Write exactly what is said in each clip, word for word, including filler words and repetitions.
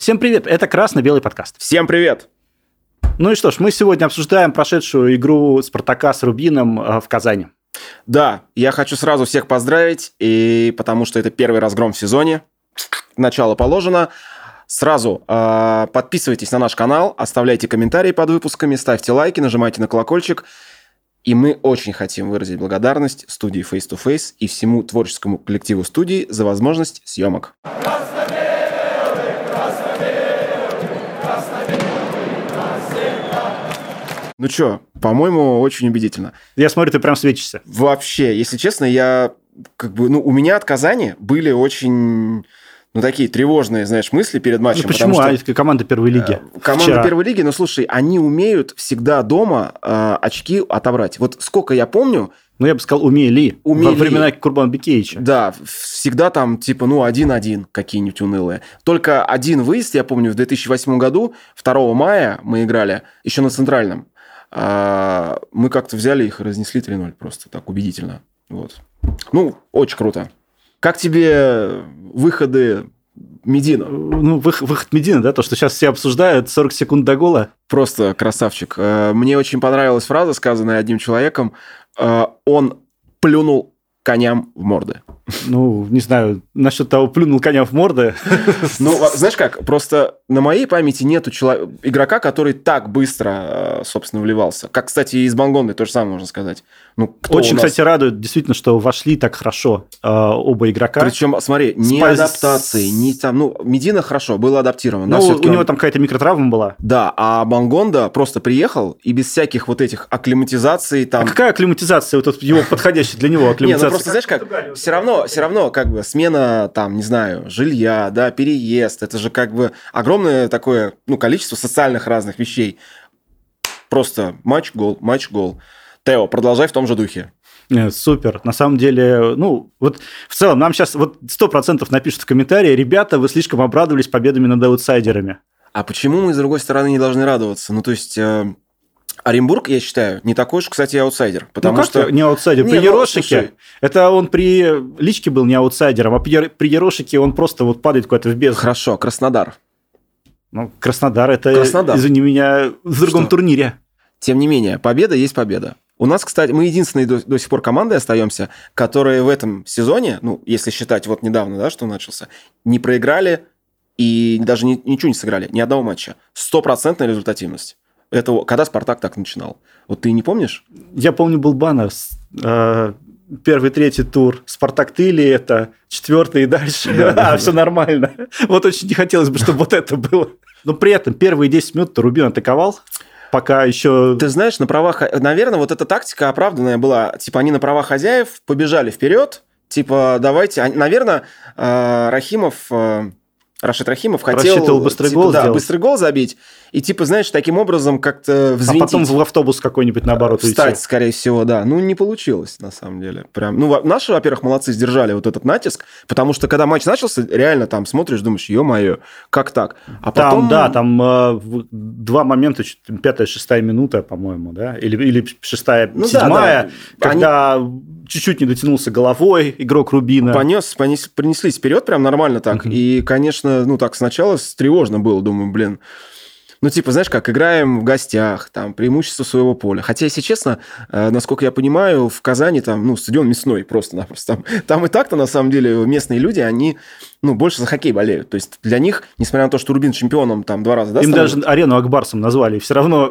Всем привет, это «Красно-белый подкаст». Всем привет! Ну и что ж, мы сегодня обсуждаем прошедшую игру «Спартака» с Рубином в Казани. Да, я хочу сразу всех поздравить, и потому что это первый разгром в сезоне, начало положено. Сразу э, подписывайтесь на наш канал, оставляйте комментарии под выпусками, ставьте лайки, нажимайте на колокольчик. И мы очень хотим выразить благодарность студии Face to Face и всему творческому коллективу студии за возможность съемок. Ну что, по-моему, очень убедительно. Я смотрю, ты прям светишься. Вообще, если честно, я как бы, ну, у меня от Казани были очень, ну, такие тревожные, знаешь, мысли перед матчем. Ну, почему? Потому что, а, команда первой лиги. Команда Вчера. первой лиги, ну, слушай, они умеют всегда дома э, очки отобрать. Вот сколько я помню... Ну, я бы сказал, умели. Умели. Во времена Курбанбекеевича. Да, всегда там, типа, ну, один-один какие-нибудь унылые. Только один выезд, я помню, в две тысячи восьмом году, второго мая мы играли, еще на Центральном. А, мы как-то взяли их и разнесли три ноль просто так убедительно. Вот. Ну, очень круто. Как тебе выходы Медина? Ну, выход, выход Медина, да, то, что сейчас все обсуждают, сорок секунд до гола. Просто красавчик. Мне очень понравилась фраза, сказанная одним человеком. Он плюнул коням в морды. Ну, не знаю, насчет того, плюнул коня в морды. Ну, знаешь как, просто на моей памяти нету человека, игрока, который так быстро, собственно, вливался. Как, кстати, и из Бангонды, то же самое можно сказать. Ну, кто Очень, нас... кстати, радует, действительно, что вошли так хорошо э, оба игрока. Причем, смотри, ни Спас... адаптации, ни там... Ну, Медина хорошо, был адаптирован. Ну, да, у него он... там какая-то микротравма была. Да, а Бангонда просто приехал и без всяких вот этих акклиматизаций там... А какая акклиматизация? Вот его подходящая для него акклиматизация? Не, ну просто, знаешь как, все равно, все равно, как бы, смена, там, не знаю, жилья, да, переезд, это же как бы огромное такое, ну, количество социальных разных вещей. Просто матч-гол, матч-гол. Тео, продолжай в том же духе. Нет, супер. На самом деле, ну, вот в целом нам сейчас вот сто процентов напишут в комментарии: ребята, вы слишком обрадовались победами над аутсайдерами. А почему мы, с другой стороны, не должны радоваться? Ну, то есть... Э... Оренбург, я считаю, не такой уж, кстати, аутсайдер. Потому ну, как что... не аутсайдер? Не, при ну, Ерошике, слушай... это он при Личке был не аутсайдером, а при, при Ерошике он просто вот падает куда-то в бездну. Хорошо, Краснодар. Ну, Краснодар, это, Краснодар. извини меня, в другом Что? турнире. Тем не менее, победа есть победа. У нас, кстати, мы единственные до, до сих пор командой остаемся, которые в этом сезоне, ну, если считать вот недавно, да, что начался, не проиграли и даже не, ничего не сыграли, ни одного матча. Стопроцентная результативность. Это когда «Спартак» так начинал. Вот ты не помнишь? Я помню, был баннер. Э, первый, третий тур. «Спартак» ты или это? Четвертый и дальше. Да, да, а, да. Все нормально. Вот очень не хотелось бы, чтобы вот это было. Но при этом первые десять минут Рубин атаковал. Пока еще... Ты знаешь, на правах... Наверное, вот эта тактика оправданная была. Типа, они на правах хозяев побежали вперед. Типа, давайте... Наверное, Рахимов... Рашид Рахимов хотел Рассчитывал быстрый типа, гол да, сделать. быстрый гол забить. И, типа, знаешь, таким образом как-то взвинтить. А потом в автобус какой-нибудь, наоборот, встать, уйти. скорее всего, да. Ну, не получилось, на самом деле. Прям. Ну, наши, во-первых, молодцы, сдержали вот этот натиск, потому что, когда матч начался, реально там смотришь, думаешь, ё-моё, как так? А потом... Там, да, там э, два момента, пятая, шестая минута, по-моему, да? Или, или шестая, ну, седьмая, да, да. когда Они... чуть-чуть не дотянулся головой игрок Рубина. Понес, понес, принеслись вперед прям нормально так. Uh-huh. И, конечно, ну, так сначала тревожно было, думаю, блин... Ну, типа, знаешь, как играем в гостях, там, преимущество своего поля. Хотя, если честно, э, насколько я понимаю, в Казани там, ну, стадион мясной просто-напросто. Там, там и так-то, на самом деле, местные люди, они, ну, больше за хоккей болеют. То есть для них, несмотря на то, что Рубин чемпионом там два раза, да, им становится, даже арену Акбарсом назвали, все равно...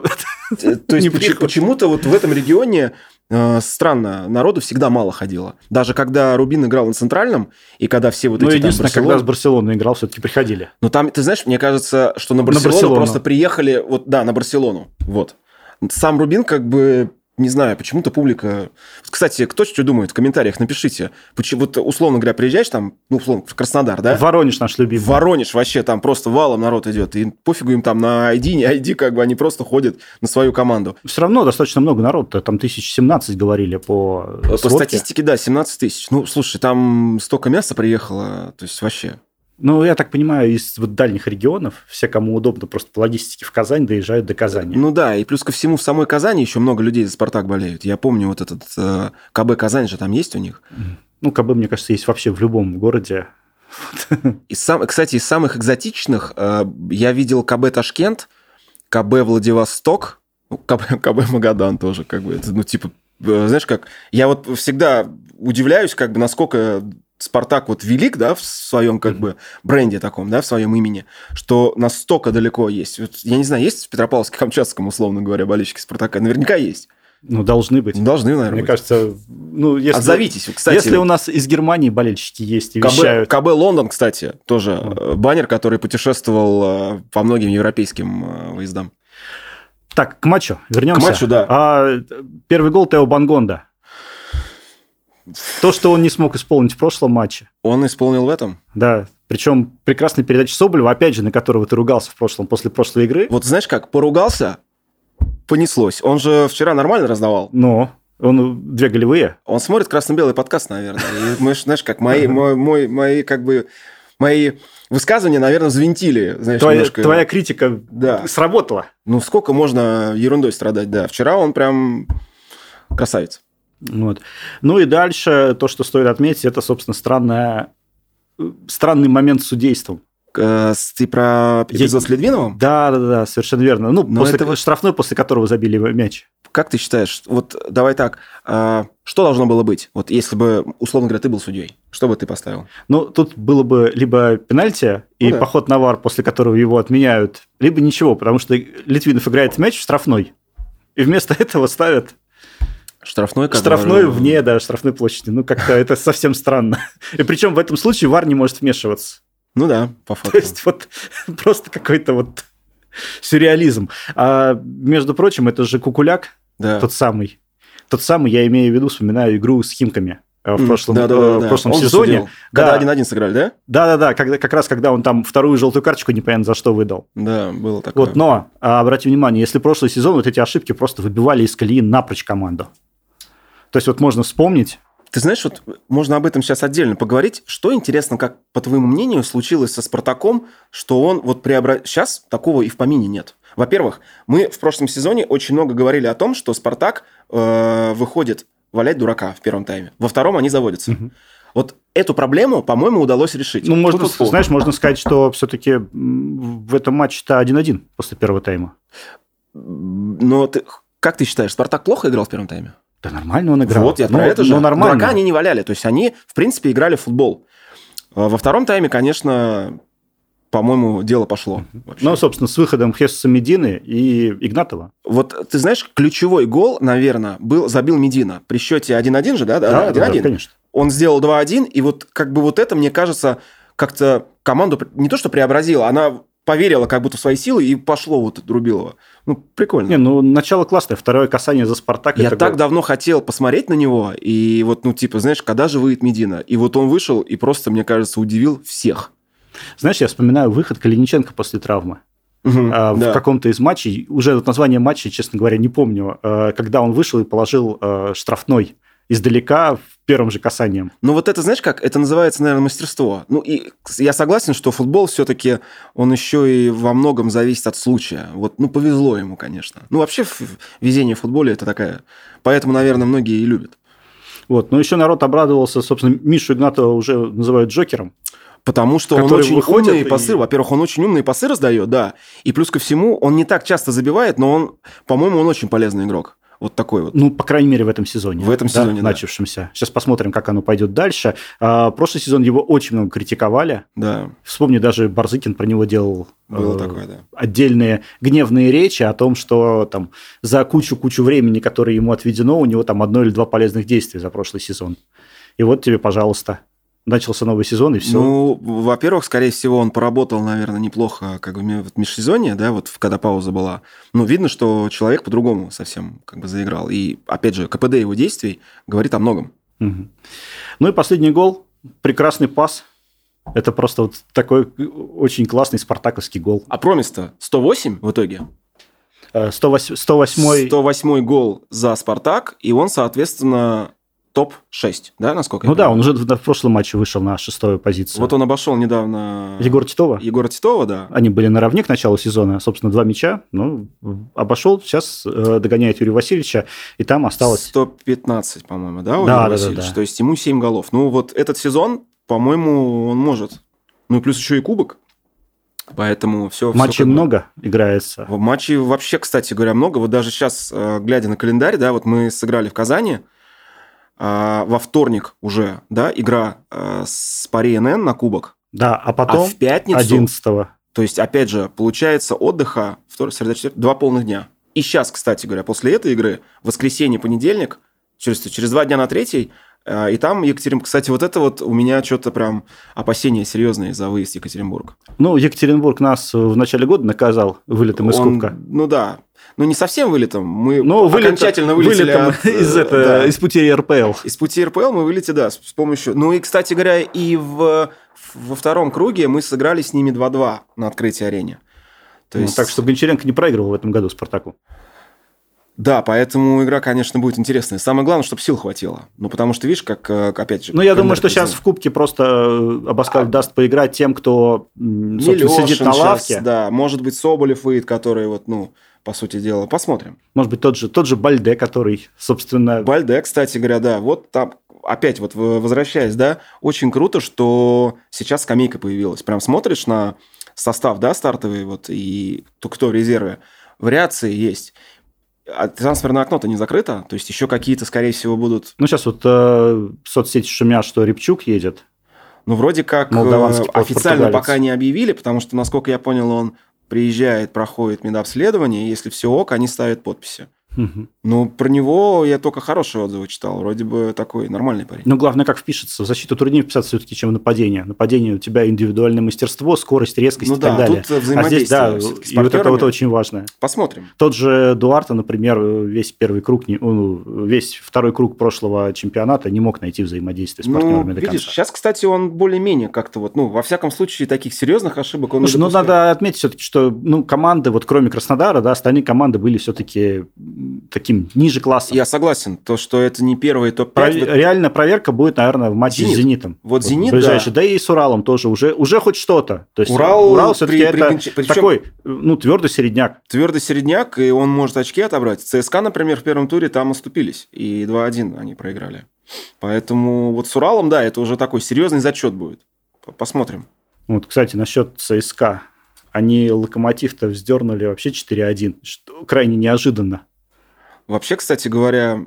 То есть почему-то вот в этом регионе странно, народу всегда мало ходило. Даже когда Рубин играл на Центральном, и когда все вот ну, эти... Ну, единственное, там, когда с Барселоной играл, все-таки приходили. Ну, там, ты знаешь, мне кажется, что на Барселону, на Барселону просто приехали... Вот, да, на Барселону. Вот. Сам Рубин как бы... Не знаю, почему-то публика... Кстати, кто что думает, в комментариях напишите. Почему, вот, условно говоря, приезжаешь там, ну, условно, в Краснодар, да? Воронеж наш любимый. Воронеж вообще там просто валом народ идет. И пофигу им там на ай ди, не ай ди, как бы они просто ходят на свою команду. Все равно достаточно много народу. Там тысяч семнадцать говорили по По сводке. статистике, да, семнадцать тысяч. Ну, слушай, там столько мяса приехало, то есть вообще... Ну, я так понимаю, из вот дальних регионов все, кому удобно просто по логистике в Казань, доезжают до Казани. Ну да, и плюс ко всему в самой Казани еще много людей за «Спартак» болеют. Я помню вот этот э, ка бэ «Казань» же там есть у них. Ну, ка бэ, мне кажется, есть вообще в любом городе. И сам, кстати, из самых экзотичных э, я видел КБ Ташкент, КБ Владивосток, ну, КБ, КБ Магадан тоже, как бы, это, ну, типа, э, знаешь, как, я вот всегда удивляюсь, как бы, насколько Спартак вот велик, да, в своем, как бы, бренде таком, да, в своем имени, что настолько далеко есть. Вот, я не знаю, есть в Петропавловске-Камчатском, условно говоря, болельщики Спартака? Наверняка есть. Ну, должны быть. Должны, наверное, Мне быть. кажется, ну, если... Отзовитесь, кстати. Если у нас из Германии болельщики есть и КБ, вещают... КБ Лондон, кстати, тоже mm. баннер, который путешествовал по многим европейским выездам. Так, к матчу вернемся. К матчу, да. А, первый гол Тео Бангонда. То, что он не смог исполнить в прошлом матче. Он исполнил в этом? Да. Причем прекрасная передача Соболева, опять же, на которого ты ругался в прошлом, после прошлой игры. Вот знаешь как, поругался, понеслось. Он же вчера нормально раздавал. Но он две голевые. Он смотрит красно-белый подкаст, наверное. И мы, знаешь, как мои, мой, мой, мои, как бы, мои высказывания, наверное, взвинтили. Знаешь, твоя, немножко... твоя критика да. сработала. Ну, сколько можно ерундой страдать, да. Вчера он прям красавец. Вот. Ну и дальше то, что стоит отметить, это, собственно, странная, странный момент с судейством. Ты про эпизод Я... с Литвиновым? Да, да, да, совершенно верно. Ну, Но после это... штрафной, после которого забили мяч. Как ты считаешь, вот давай так, что должно было быть, вот если бы, условно говоря, ты был судьей, что бы ты поставил? Ну, тут было бы либо пенальти и ну, да. поход на ВАР, после которого его отменяют, либо ничего, потому что Литвинов играет мяч в штрафной, и вместо этого ставят... Штрафной, как штрафной бы... вне, да, штрафной площади. Ну, как-то это совсем странно. И причем в этом случае ВАР не может вмешиваться. Ну да, по факту. То есть вот просто какой-то вот сюрреализм. А между прочим, это же Кукуляк, да. тот самый. Тот самый, я имею в виду, вспоминаю игру с Химками в прошлом, да, да, да, в прошлом да. сезоне. Судил. Когда один-один да. сыграли, да? Да-да-да, когда, как раз когда он там вторую желтую карточку непонятно за что выдал. Да, было такое. Вот, но, обрати внимание, если прошлый сезон вот эти ошибки просто выбивали из колеи напрочь команду. То есть вот можно вспомнить... Ты знаешь, вот можно об этом сейчас отдельно поговорить. Что интересно, как, по твоему мнению, случилось со «Спартаком», что он вот преобразил... Сейчас такого и в помине нет. Во-первых, мы в прошлом сезоне очень много говорили о том, что «Спартак» э, выходит валять дурака в первом тайме. Во втором они заводятся. Угу. Вот эту проблему, по-моему, удалось решить. Ну, можно, знаешь, можно сказать, что все-таки в этом матче-то один-один после первого тайма. Но ты, как ты считаешь, «Спартак» плохо играл в первом тайме? Да нормально он играл. Вот, я про это же. Дурака они не валяли. То есть они, в принципе, играли в футбол. Во втором тайме, конечно, по-моему, дело пошло. Вообще. Ну, собственно, с выходом Хесуса Медины и Игнатова. Вот, ты знаешь, ключевой гол, наверное, был, забил Медина. При счете один-один же, да? Да, да, да, конечно. Он сделал два-один, и вот как бы вот это, мне кажется, как-то команду не то что преобразила, она... поверила как будто в свои силы, и пошло вот от Рубилова. Ну, прикольно. Не, ну, начало классное. Второе касание за «Спартак». Я так гол. давно хотел посмотреть на него, и вот, ну, типа, знаешь, когда же выйдет Медина? И вот он вышел и просто, мне кажется, удивил всех. Знаешь, я вспоминаю выход Калиниченко после травмы. Угу, а, да. В каком-то из матчей, уже вот название матча, честно говоря, не помню, когда он вышел и положил штрафной издалека в первым же касанием. Ну, вот это, знаешь как, это называется, наверное, мастерство. Ну, и я согласен, что футбол все-таки, он еще и во многом зависит от случая. Вот, ну, повезло ему, конечно. Ну, вообще, везение в футболе это такая... Поэтому, наверное, многие и любят. Вот, но еще народ обрадовался, собственно, Мишу Игнатова уже называют Джокером. Потому что он очень умные пасы. И... Во-первых, он очень умные пасы раздает, да. И плюс ко всему, он не так часто забивает, но он, по-моему, он очень полезный игрок. Вот такой вот. Ну, по крайней мере, в этом сезоне. В этом сезоне, да, начавшемся. Сейчас посмотрим, как оно пойдет дальше. А, прошлый сезон его очень много критиковали. Да. Вспомни, даже Барзыкин про него делал Было э, такое, да. отдельные гневные речи о том, что там за кучу-кучу времени, которое ему отведено, у него там одно или два полезных действия за прошлый сезон. И вот тебе, пожалуйста. Начался новый сезон, и все. Ну, во-первых, скорее всего, он поработал, наверное, неплохо как бы в межсезонье, да, вот когда пауза была. Но видно, что человек по-другому совсем как бы заиграл. И, опять же, ка пэ дэ его действий говорит о многом. Угу. Ну и последний гол. Прекрасный пас. Это просто вот такой очень классный спартаковский гол. А промис-то сто восемь в итоге? сто восьмой... сто восьмой гол за «Спартак», и он, соответственно... топ шесть, да, насколько ну я да, понимаю? Он уже в прошлом матче вышел на шестую позицию. Вот он обошел недавно... Егора Титова. Егора Титова, да. Они были наравне к началу сезона, собственно, два мяча. Ну, обошел, сейчас э, догоняет Юрия Васильевича, и там осталось... сто пятнадцать, по-моему, да, у да, Юрия да, Васильевича? Да, да. То есть ему семь голов. Ну, вот этот сезон, по-моему, он может Ну и плюс еще и кубок. Поэтому все... Матчей все много бы... играется. Матчей вообще, кстати говоря, много. Вот даже сейчас, глядя на календарь, да, вот мы сыграли в Казани, во вторник уже, да, игра с Пари эн эн на кубок. Да, а потом а в пятницу, одиннадцатого. То есть, опять же, получается отдыха вторник, среда, четверг, два полных дня. И сейчас, кстати говоря, после этой игры, воскресенье, понедельник, через, через два дня на третий, и там Екатеринбург. Кстати, вот это вот у меня что-то прям опасения серьезные за выезд в Екатеринбург. Ну, Екатеринбург нас в начале года наказал вылетом из Он, Кубка. Ну да. Ну, не совсем вылетом. Мы Но окончательно вылетели вылетом от, из, это, да. из пути эр пэ эл. Из пути эр пэ эл мы вылетели, да, с помощью... Ну и, кстати говоря, и в, во втором круге мы сыграли с ними два-два на открытии арене. То ну, есть... Так что Гончаренко не проигрывал в этом году Спартаку. Да, поэтому игра, конечно, будет интересная. Самое главное, чтобы сил хватило. Ну, потому что, видишь, как, опять же... Ну, я думаю, что сейчас в Кубке просто Абаскаль а... даст поиграть тем, кто, собственно, сидит на лавке. Сейчас, да, может быть, Соболев выйдет, который вот, ну, по сути дела, посмотрим. Может быть, тот же, тот же Бальде, который, собственно... Бальде, кстати говоря, да, вот там, опять вот возвращаясь, да, очень круто, что сейчас скамейка появилась. Прям смотришь на состав, да, стартовый, вот, и кто в резерве, вариации есть. А трансферное окно-то не закрыто, то есть еще какие-то, скорее всего, будут... Ну, сейчас вот э, соцсети шумят, что Рябчук едет. Ну, вроде как официально пока не объявили, потому что, насколько я понял, он приезжает, проходит медобследование, и если все ок, они ставят подписи. Угу. Ну, про него я только хорошие отзывы читал. Вроде бы такой нормальный парень. Но главное, как впишется. В защиту труднее вписаться все-таки, чем в нападение. Нападение у тебя индивидуальное мастерство, скорость, резкость ну и да, так далее. Тут взаимодействие. А здесь, да, и вот это вот очень важно. Посмотрим. Тот же Дуарте, например, весь первый круг, весь второй круг прошлого чемпионата не мог найти взаимодействие с партнерами ну, до видишь, конца. Сейчас, кстати, он более-менее как-то вот, ну, во всяком случае, таких серьезных ошибок он Слушай, не допускает. Ну, надо отметить все-таки, что ну, команды, вот кроме Краснодара, да, остальные команды были все-таки таким ниже классом. Я согласен, то, что это не первый топ пять. Про... Вот... Реальная проверка будет, наверное, в матче Зенит. с «Зенитом». Вот, вот «Зенит», ближайший. да. Да и с «Уралом» тоже. Уже, уже хоть что-то. То есть Урал, Урал все-таки при, это при... Причем... такой, ну, твердый середняк. Твердый середняк, и он может очки отобрать. ЦСКА, например, в первом туре там оступились. И два-один они проиграли. Поэтому вот с «Уралом», да, это уже такой серьезный зачет будет. Посмотрим. Вот, кстати, насчет ЦСКА. Они «Локомотив»-то вздернули вообще четыре один. Что крайне неожиданно. Вообще, кстати говоря,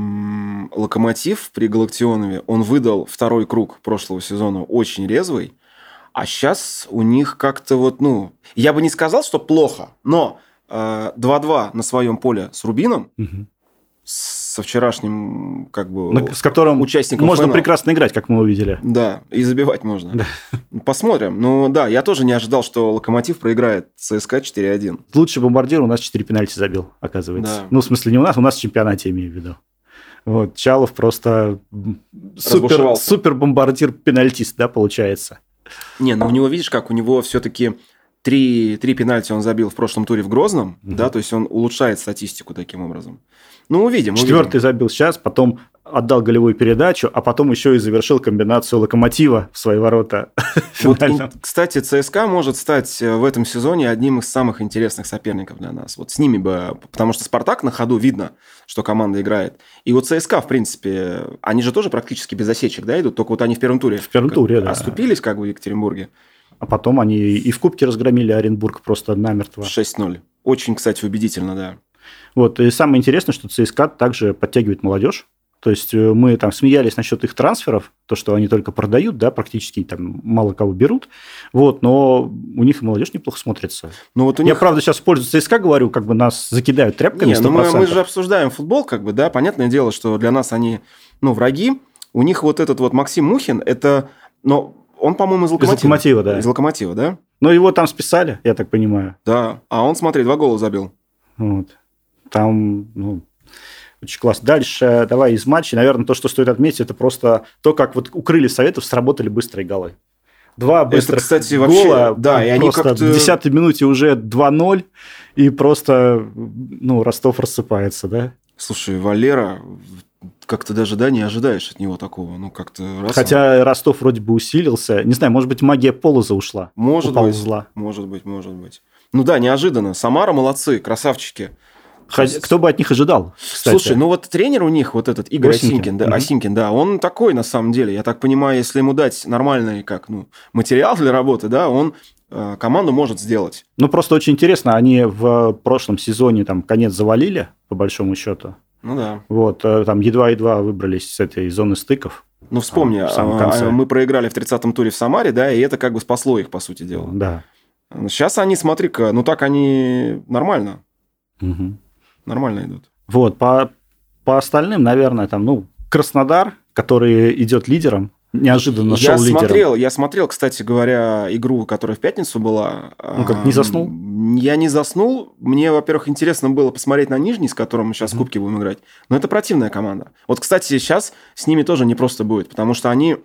«Локомотив» при Галактионове, он выдал второй круг прошлого сезона очень резвый, а сейчас у них как-то вот, ну, я бы не сказал, что плохо, но э, два-два на своем поле с Рубином, угу. со вчерашним, как бы, с которым участником можно ФНЛ. прекрасно играть, как мы увидели. Да, и забивать можно. Да. Посмотрим. Ну да, я тоже не ожидал, что «Локомотив» проиграет ЦСКА четыре один. Лучший бомбардир у нас четыре пенальти забил, оказывается. Да. Ну, в смысле, не у нас, у нас в чемпионате, имею в виду. Вот, Чалов просто супер, супер бомбардир-пенальтист, да, получается. Не, ну у него, видишь, как у него все-таки три, три пенальти он забил в прошлом туре в Грозном, угу. да, то есть он улучшает статистику таким образом. Ну, увидим. Четвертый увидим. забил сейчас, потом отдал голевую передачу, а потом еще и завершил комбинацию «Локомотива» в свои ворота. Вот, кстати, ЦСКА может стать в этом сезоне одним из самых интересных соперников для нас. Вот с ними бы, потому что «Спартак» на ходу видно, что команда играет. И вот ЦСКА, в принципе, они же тоже практически без осечек, да, идут, только вот они в первом туре. В первом туре, да. Оступились как бы в Екатеринбурге. А потом они и в Кубке разгромили Оренбург просто намертво. шесть ноль. Очень, кстати, убедительно, да. Вот, и самое интересное, что ЦСКА также подтягивает молодежь. То есть мы там смеялись насчет их трансферов, то, что они только продают, да, практически там мало кого берут. Вот, но у них и молодежь неплохо смотрится. Ну, вот у Я, них... правда, сейчас в пользу ЦСКА говорю, как бы нас закидают тряпками. Не, ну мы, мы же обсуждаем футбол, как бы, да, понятное дело, что для нас они, ну, враги. У них вот этот вот Максим Мухин, это, ну, он, по-моему, из «Локомотива». Из «Локомотива», да. Из «Локомотива», да? Но его там списали, я так понимаю. Да, а он, смотри, два гола забил. Вот. Там, ну, очень классно. Дальше давай из матчей. Наверное, то, что стоит отметить, это просто то, как вот у крыльев Советов сработали быстрые голы. Два быстрых это, кстати, гола. Вообще, да, и они просто как-то... в десятой минуте уже два ноль, и просто, ну, Ростов рассыпается, да? Слушай, Валера, как-то даже, да, не ожидаешь от него такого. Ну, как-то... Раз Хотя он... Ростов вроде бы усилился. Не знаю, может быть, магия Полоза ушла. Может быть, зла. может быть, может быть. Ну да, неожиданно. Самара молодцы, красавчики. Хотя, кто бы от них ожидал, кстати. Слушай, ну вот тренер у них, вот этот Игорь Осинкин, Осинкин, да, mm-hmm. Осинкин, да, он такой на самом деле. Я так понимаю, если ему дать нормальный как, ну, материал для работы, да, он э, команду может сделать. Ну, просто очень интересно, они в прошлом сезоне там конец завалили, по большому счету. Ну да. Вот, там едва-едва выбрались с этой зоны стыков. Ну, вспомни, а, а, мы проиграли в тридцатом туре в Самаре, да, и это как бы спасло их, по сути дела. Да. Сейчас они, смотри-ка, ну так они нормально. Угу. Нормально идут. Вот, по, по остальным, наверное, там, ну, Краснодар, который идет лидером, неожиданно я шел смотрел, лидером. Я смотрел, кстати говоря, игру, которая в пятницу была. Ну, как, не заснул? Я не заснул. Мне, во-первых, интересно было посмотреть на Нижний, с которым мы сейчас в mm-hmm. Кубке будем играть. Но это противная команда. Вот, кстати, сейчас с ними тоже непросто будет, потому что они,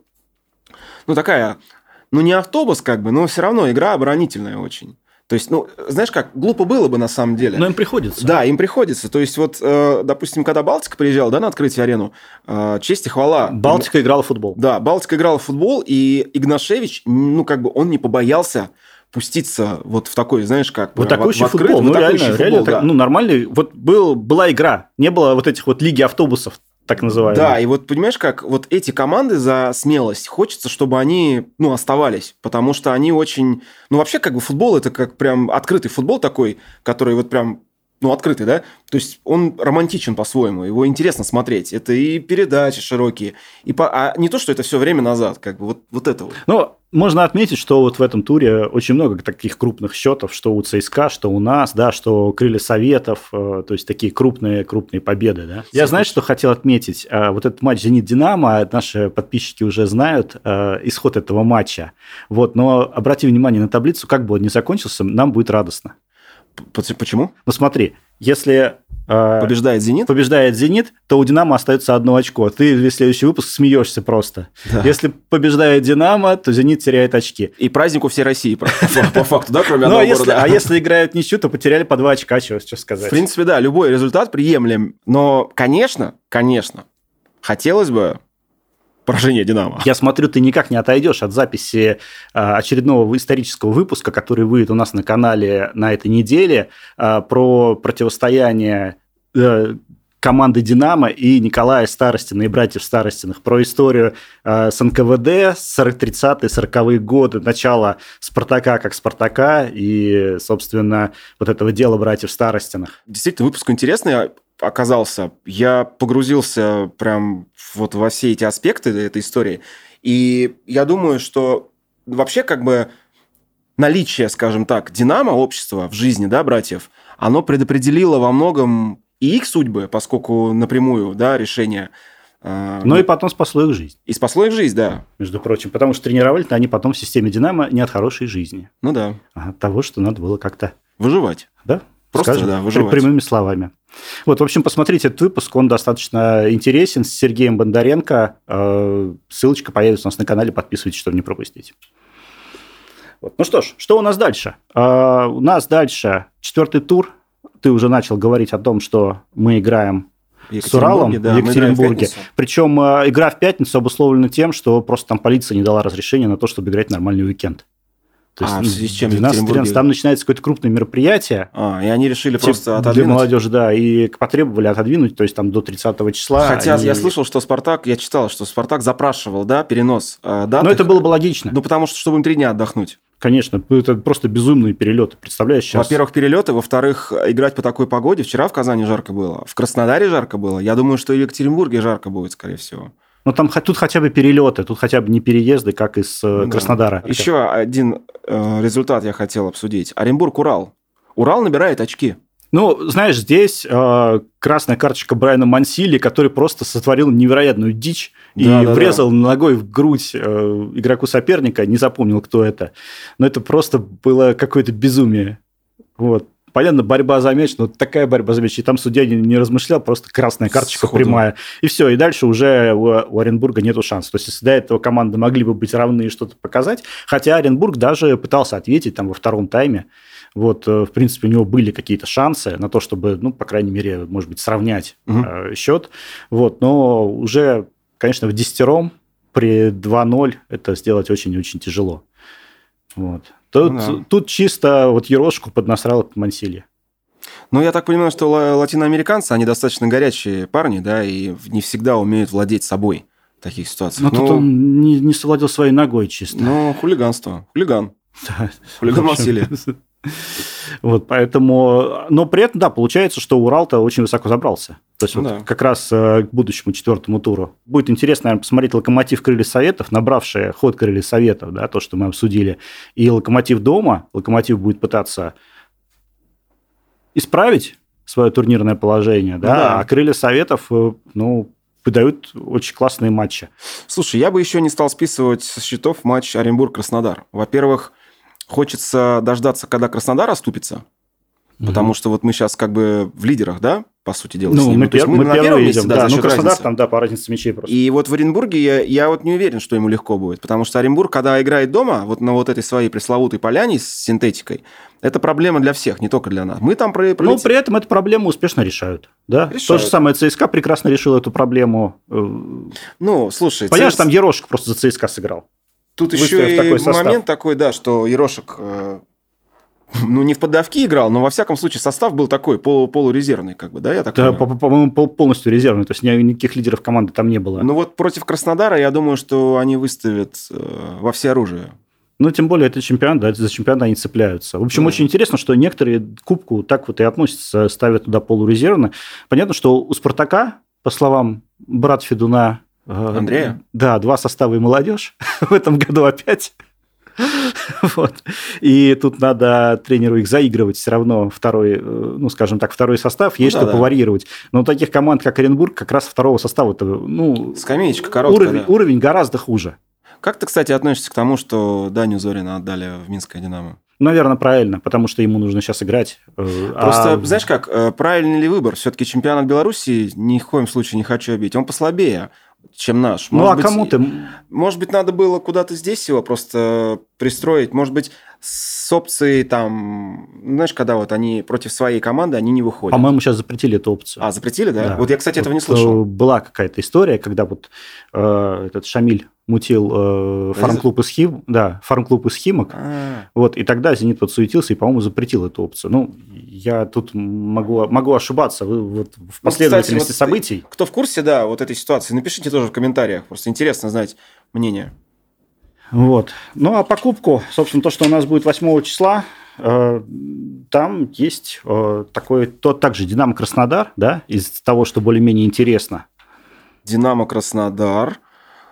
ну, такая, ну, не автобус как бы, но все равно игра оборонительная очень. То есть, ну, знаешь как, глупо было бы на самом деле. Но им приходится. Да, им приходится. То есть, вот, э, допустим, когда Балтика приезжала, да, на открытие арену, э, честь и хвала. Балтика играла в футбол. Да, Балтика играла в футбол, и Игнашевич, ну, как бы он не побоялся пуститься вот в такой, знаешь, как... В атакующий в, в футбол. Ну, реально, футбол, реально да. так, ну, нормальный. Вот был, была игра, не было вот этих вот лиги автобусов, так называемые. Да, и вот понимаешь, как вот эти команды за смелость, хочется, чтобы они, ну, оставались, потому что они очень... Ну, вообще, как бы футбол, это как прям открытый футбол такой, который вот прям, ну, открытый, да? То есть он романтичен по-своему, его интересно смотреть. Это и передачи широкие, и по... а не то, что это все время назад, как бы вот, вот это вот. Ну, можно отметить, что вот в этом туре очень много таких крупных счетов, что у ЦСКА, что у нас, да, что Крылья Советов, то есть такие крупные, крупные победы, да. Я, знаешь, что хотел отметить? Вот этот матч «Зенит-Динамо», наши подписчики уже знают исход этого матча, вот, но обрати внимание на таблицу, как бы он ни закончился, нам будет радостно. Почему? Ну, смотри, если... Побеждает «Зенит»? Побеждает «Зенит», то у «Динамо» остается одно очко. Ты весь следующий выпуск смеешься просто. Да. Если побеждает «Динамо», то «Зенит» теряет очки. И праздник у всей России, по факту, да, кроме одного города. А если играют ничью, то потеряли по два очка, что сказать. В принципе, да, любой результат приемлем. Но, конечно, конечно, хотелось бы поражение «Динамо». Я смотрю, ты никак не отойдешь от записи очередного исторического выпуска, который выйдет у нас на канале на этой неделе, про противостояние команды «Динамо» и Николая Старостина и братьев Старостиных, про историю с эн ка вэ дэ, тридцатые, сороковые годы, начало «Спартака» как «Спартака» и, собственно, вот этого дела братьев Старостиных. Действительно, выпуск интересный оказался. Я погрузился прям вот во все эти аспекты этой истории. И я думаю, что вообще как бы наличие, скажем так, «Динамо» общества в жизни, да, братьев, оно предопределило во многом и их судьбы, поскольку напрямую, да, решение... Но ну, и потом спасло их жизнь. И спасло их жизнь, да. Между прочим, потому что тренировали-то они потом в системе «Динамо» не от хорошей жизни. Ну да. А от того, что надо было как-то... Выживать. Да? Просто, Скажем, да, выживать. Прямыми словами. Вот, в общем, посмотрите этот выпуск, он достаточно интересен, с Сергеем Бондаренко. Ссылочка появится у нас на канале, подписывайтесь, чтобы не пропустить. Вот. Ну что ж, что у нас дальше? У нас дальше четвертый тур. Ты уже начал говорить о том, что мы играем с Уралом да, в Екатеринбурге. В Причем игра в пятницу обусловлена тем, что просто там полиция не дала разрешения на то, чтобы играть нормальный уикенд. То а, есть, в связи с чем? двенадцатого там начинается какое-то крупное мероприятие. А, и они решили типа, просто отодвинуть? Для молодежи, да, и потребовали отодвинуть, то есть там до тридцатого числа. Хотя они... я слышал, что «Спартак», я читал, что «Спартак» запрашивал, да, перенос э, даты. Но это было бы логично. Ну, потому что, чтобы им три дня отдохнуть. Конечно, это просто безумные перелеты, представляешь сейчас? Во-первых, перелеты, во-вторых, играть по такой погоде. Вчера в Казани жарко было, в Краснодаре жарко было. Я думаю, что и в Екатеринбурге жарко будет, скорее всего. Ну, там тут хотя бы перелеты, тут хотя бы не переезды, как из да. Краснодара. Еще один э, результат я хотел обсудить. Оренбург-Урал. Урал набирает очки. Ну, знаешь, здесь э, красная карточка Брайана Мансили, который просто сотворил невероятную дичь да, и да, врезал да. ногой в грудь э, игроку соперника, не запомнил, кто это. Но это просто было какое-то безумие. Вот. Понятно, борьба за мяч, но такая борьба за мяч, и там судья не, не размышлял, просто красная карточка Сходу. прямая. И все, и дальше уже у, у Оренбурга нету шансов. То есть, если до этого команды могли бы быть равны и что-то показать, хотя Оренбург даже пытался ответить там во втором тайме. Вот, в принципе, у него были какие-то шансы на то, чтобы, ну, по крайней мере, может быть, сравнять угу. э, счет. Вот, но уже, конечно, в десятером при два ноль это сделать очень-очень тяжело. Вот. Тут, ну, да. тут чисто вот ерошку поднасрал Мансилья. Ну, я так понимаю, что латиноамериканцы, они достаточно горячие парни, да, и не всегда умеют владеть собой в таких ситуациях. Но ну, тут он не, не совладел своей ногой чисто. Ну, хулиганство. Хулиган. Да. Хулиган Василий. Вот, поэтому... Но при этом, да, получается, что Урал-то очень высоко забрался. То есть, да. вот как раз э, к будущему четвертому туру. Будет интересно, наверное, посмотреть Локомотив Крылья Советов, набравший ход Крылья Советов, да, то, что мы обсудили, и Локомотив дома. Локомотив будет пытаться исправить свое турнирное положение, да, да. А Крылья Советов, ну, выдают очень классные матчи. Слушай, я бы еще не стал списывать со счетов матч Оренбург-Краснодар. Во-первых, хочется дождаться, когда Краснодар оступится, mm-hmm. потому что вот мы сейчас как бы в лидерах, да, по сути дела, ну, с ним. Мы, пер- мы, мы на первом месте, да, да, за ну Краснодар разницы. Там, да, по разнице мячей просто. И вот в Оренбурге я, я вот не уверен, что ему легко будет, потому что Оренбург, когда играет дома, вот на вот этой своей пресловутой поляне с синтетикой, это проблема для всех, не только для нас. Мы там про... Но при этом эту проблему успешно решают. Да? решают. То же самое ЦСКА прекрасно решил эту проблему. Ну, слушай... Понятно, что там Ерошек просто за ЦСКА сыграл. Тут еще и такой момент такой, да, что Ерошек... Ну, не в поддавки играл, но, во всяком случае, состав был такой, полу- полурезервный, как бы, да, я так да, понимаю? по-моему, полностью резервный, то есть никаких лидеров команды там не было. Ну, вот против Краснодара, я думаю, что они выставят э, во всеоружие. Ну, тем более, это чемпионат, да, за чемпионат они цепляются. В общем, да. Очень интересно, что некоторые к кубку так вот и относятся, ставят туда полурезервно. Понятно, что у «Спартака», по словам брата Федуна... Андрея? Э, да, два состава и молодежь в этом году опять... Вот. И тут надо тренеру их заигрывать все равно второй, ну, скажем так, второй состав, есть ну, да, что да. поварьировать. Но у таких команд, как Оренбург, как раз второго состава, ну, скамеечка короткая, уровень, да. уровень гораздо хуже. Как ты, кстати, относишься к тому, что Даню Зорина отдали в Минское «Динамо»? Наверное, правильно, потому что ему нужно сейчас играть. Просто, а... знаешь как, правильный ли выбор? Все-таки чемпионат Беларуси ни в коем случае не хочу обидеть. Он послабее, чем наш. Может ну, а быть, кому ты? Может быть, надо было куда-то здесь его просто пристроить. Может быть, с опцией там... Знаешь, когда вот они против своей команды, они не выходят. По-моему, сейчас запретили эту опцию. А, запретили, да? да. Вот я, кстати, вот этого не слышал. Была какая-то история, когда вот э, этот Шамиль мутил э, фарм-клуб из Хим, да, фарм-клуб из Химок, А-а-а. вот, и тогда «Зенит» подсуетился и, по-моему, запретил эту опцию. Ну, я тут могу, могу ошибаться вот, в последовательности ну, кстати, событий. Вот, кто в курсе, да, вот этой ситуации, напишите тоже в комментариях, просто интересно знать мнение. Вот. Ну, а покупку, собственно, то, что у нас будет восьмого числа, э, там есть э, такой, тот также «Динамо Краснодар», да, из того, что более-менее интересно. «Динамо Краснодар».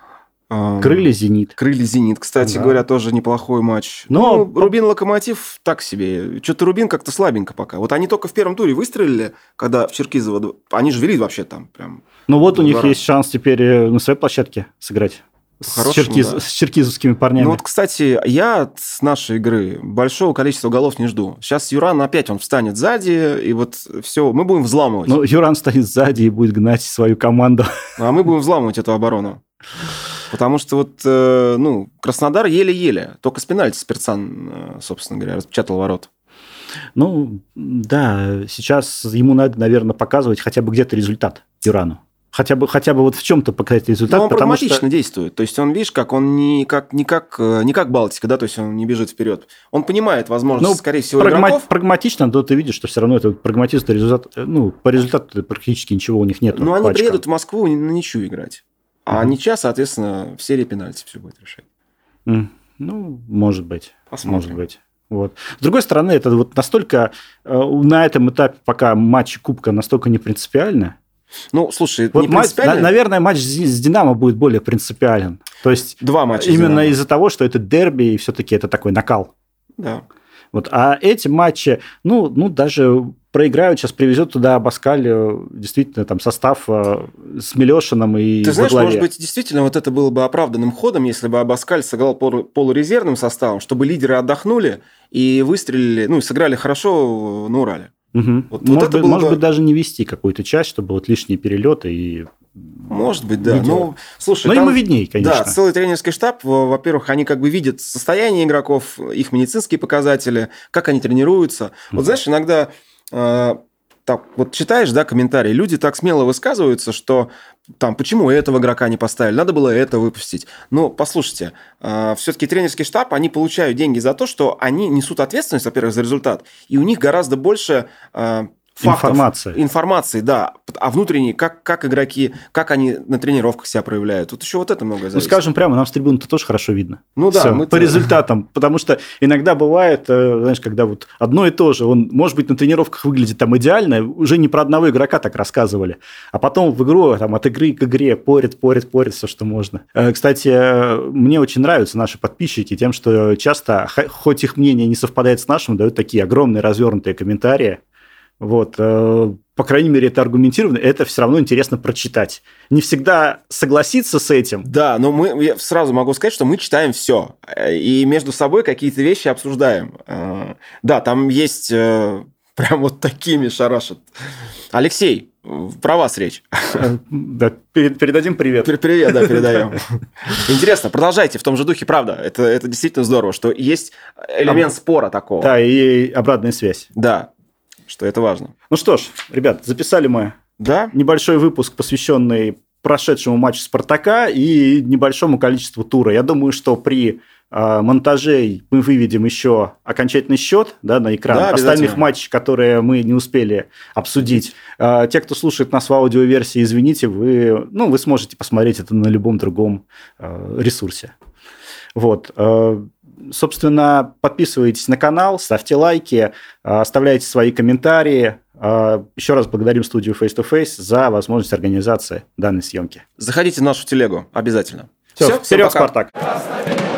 Крылья «Зенит». Крылья «Зенит», кстати да. говоря, тоже неплохой матч. Но... Ну, Рубин «Локомотив» так себе. Что-то Рубин как-то слабенько пока. Вот они только в первом туре выстрелили, когда в Черкизово... Они же вели вообще там прям... Ну, вот у них есть шанс теперь на своей площадке сыграть. С, черкиз... да. с черкизовскими парнями. Ну, вот, кстати, я с нашей игры большого количества голов не жду. Сейчас Юран опять он встанет сзади, и вот все, мы будем взламывать. Ну, Юран стоит сзади и будет гнать свою команду. А мы будем взламывать эту оборону. Потому что вот, э, ну, Краснодар еле-еле. Только с пенальти Спирцан, э, собственно говоря, распечатал ворот. Ну, да, сейчас ему надо, наверное, показывать хотя бы где-то результат Юрану. Хотя бы, хотя бы вот в чем-то показать результат. Но он потому прагматично что... действует. То есть он, видишь, как он не как, не, как, не как Балтика, да, то есть он не бежит вперед. Он понимает возможность, ну, скорее всего, прагма- игроков. Прагматично, то ты видишь, что все равно это прагматизм, результат, ну, по результату практически ничего у них нет. Но они приедут в Москву на ничью играть. А mm-hmm. ничья, соответственно, в серии пенальти все будет решать. Mm. Ну, может быть. Посмотрим. Может быть. Вот. С другой стороны, это вот настолько на этом этапе, пока матч Кубка настолько не принципиально. Ну, слушай, вот не матч, принципиально... наверное, матч с «Динамо» будет более принципиален. То есть Два матча именно из-за того, что это дерби, и все-таки это такой накал. Да. Вот. А эти матчи, ну, ну, даже проиграют, сейчас привезет туда Абаскаль, действительно, там состав с Милешиным и Ты знаешь, во главе. Может быть, действительно, вот это было бы оправданным ходом, если бы Абаскаль сыграл полурезервным составом, чтобы лидеры отдохнули и выстрелили, ну, и сыграли хорошо на Урале. Угу. Вот, может, вот это быть, может бы... быть, даже не вести какую-то часть, чтобы вот лишние перелеты и... Может быть, да. Ну, слушай, но там, ему видней, конечно. Да, целый тренерский штаб, во-первых, они как бы видят состояние игроков, их медицинские показатели, как они тренируются. Mm-hmm. Вот знаешь, иногда э, так вот читаешь, да, комментарии, люди так смело высказываются, что там, почему этого игрока не поставили, надо было это выпустить. Но послушайте, э, все-таки тренерский штаб, они получают деньги за то, что они несут ответственность, во-первых, за результат, и у них гораздо больше... Э, фактов, информация. информации, да, а внутренние, как, как игроки, как они на тренировках себя проявляют. Тут еще вот это многое зависит. Ну, скажем прямо, нам с трибуны-то тоже хорошо видно. Ну да. Всё, мы-то... по результатам, потому что иногда бывает, знаешь, когда вот одно и то же, он, может быть, на тренировках выглядит там идеально, уже не про одного игрока так рассказывали, а потом в игру, там, от игры к игре порит, порит, порит все, что можно. Кстати, мне очень нравятся наши подписчики тем, что часто, хоть их мнение не совпадает с нашим, дают такие огромные развернутые комментарии. Вот, э, по крайней мере, это аргументированно, это все равно интересно прочитать. Не всегда согласиться с этим. Да, но мы, я сразу могу сказать, что мы читаем все, и между собой какие-то вещи обсуждаем. Э, да, там есть э, прям вот такими шарашат. Алексей, про вас речь. Да, передадим привет. Привет, да, передаем. Интересно, продолжайте в том же духе, правда. Это, это действительно здорово, что есть элемент спора такого. Да, и обратная связь. Да. Что это важно. Ну что ж, ребят, записали мы да? небольшой выпуск, посвященный прошедшему матчу «Спартака» и небольшому количеству тура. Я думаю, что при э, монтаже мы выведем еще окончательный счет, да, на экран да, остальных матчей, которые мы не успели обсудить. Э, те, кто слушает нас в аудиоверсии, извините, вы, ну, вы сможете посмотреть это на любом другом э, ресурсе. Вот. Э, Собственно, подписывайтесь на канал, ставьте лайки, оставляйте свои комментарии. Еще раз благодарим студию Face to Face за возможность организации данной съемки. Заходите в нашу телегу обязательно. Все, Все вперед, Спартак!